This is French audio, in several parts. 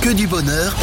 Que du bonheur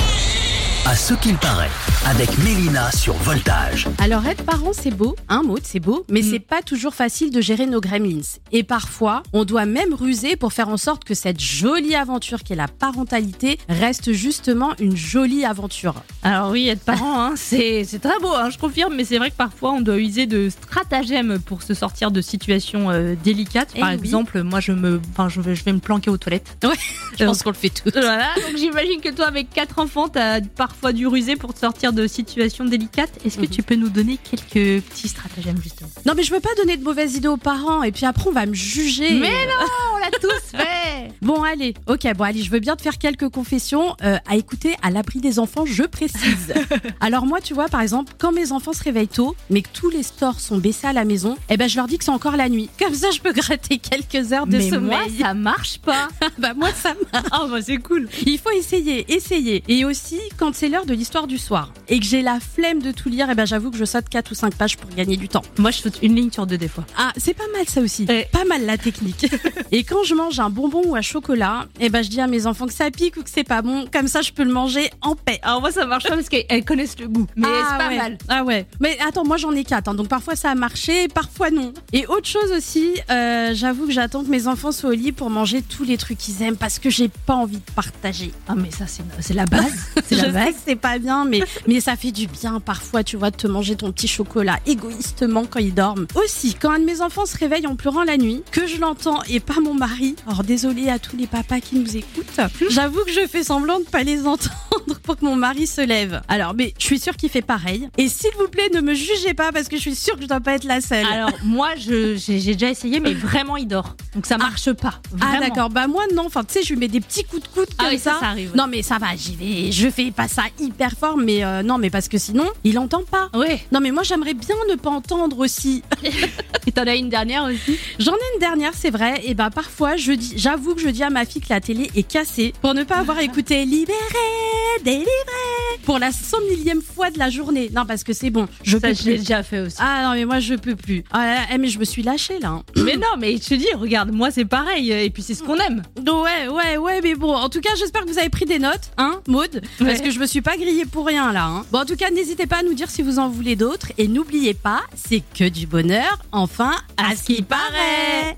à ce qu'il paraît, avec Mélina sur Voltage. Alors être parent c'est beau, Maud, c'est beau, mais c'est pas toujours facile de gérer nos gremlins. Et parfois, on doit même ruser pour faire en sorte que cette jolie aventure qu'est la parentalité reste justement une jolie aventure. Alors oui, être parent, c'est très beau, je confirme, mais c'est vrai que parfois on doit user de stratagèmes pour se sortir de situations délicates. Par exemple, moi je vais me planquer aux toilettes. Ouais, je pense qu'on le fait tous. Voilà, donc j'imagine que toi avec 4 enfants, t'as parfois dû ruser pour te sortir de situations délicates. Est-ce que tu peux nous donner quelques petits stratagèmes justement? Non mais je veux pas donner de mauvaises idées aux parents et puis après on va me juger. Mais non, on l'a tous fait. Bon allez, je veux bien te faire quelques confessions à écouter à l'abri des enfants, je précise. Alors moi tu vois par exemple, quand mes enfants se réveillent tôt, mais que tous les stores sont baissés à la maison, je leur dis que c'est encore la nuit. Comme ça je peux gratter quelques heures de sommeil. Moi ça marche pas. Moi ça marche. C'est cool. Il faut essayer. Et aussi, quand c'est l'heure de l'histoire du soir et que j'ai la flemme de tout lire, j'avoue que je saute 4 ou 5 pages pour gagner du temps. Moi, je saute une ligne sur 2 des fois. Ah, c'est pas mal ça aussi. Pas mal la technique. Et quand je mange un bonbon ou un chocolat, je dis à mes enfants que ça pique ou que c'est pas bon. Comme ça, je peux le manger en paix. Alors moi, ça marche pas parce qu'elles connaissent le goût. Mais c'est pas mal. Ah ouais. Mais attends, moi j'en ai 4. Donc parfois ça a marché, parfois non. Et autre chose aussi, j'avoue que j'attends que mes enfants soient au lit pour manger tous les trucs qu'ils aiment parce que j'ai pas envie de partager. Ah mais ça c'est la base. C'est la base. Sais que c'est pas bien, mais ça fait du bien parfois, tu vois, de te manger ton petit chocolat égoïstement quand ils dorment. Aussi, quand un de mes enfants se réveille en pleurant la nuit, que je l'entends et pas mon mari, alors désolé à tous les papas qui nous écoutent, j'avoue que je fais semblant de pas les entendre pour que mon mari se lève. Alors, mais je suis sûre qu'il fait pareil. Et s'il vous plaît, ne me jugez pas parce que je suis sûre que je dois pas être la seule. Alors moi, j'ai déjà essayé, mais vraiment il dort. Donc ça marche pas. Vraiment. Ah d'accord, moi non, enfin tu sais, je lui mets des petits coups de coude comme ça arrive. Non mais ça va, j'y vais, je fais pas ça hyper fort, mais non, mais parce que sinon, il entend pas. Ouais. Non mais moi j'aimerais bien ne pas entendre aussi. Et t'en as une dernière aussi? J'en ai une dernière, c'est vrai. Et parfois, j'avoue que je dis à ma fille que la télé est cassée pour ne pas avoir écouté Libéré, délivré pour la 100 millième fois de la journée. Non, parce que c'est bon, je l'ai déjà fait aussi. Ah non, mais moi je peux plus. Mais je me suis lâchée là. Mais non, mais je te dis, regarde, moi c'est pareil. Et puis c'est ce qu'on aime. Ouais, mais bon, en tout cas, j'espère que vous avez pris des notes, Maud, parce que je me suis pas grillée pour rien là. Bon, en tout cas, n'hésitez pas à nous dire si vous en voulez d'autres et n'oubliez pas, c'est que du bonheur, enfin, à ce qui paraît.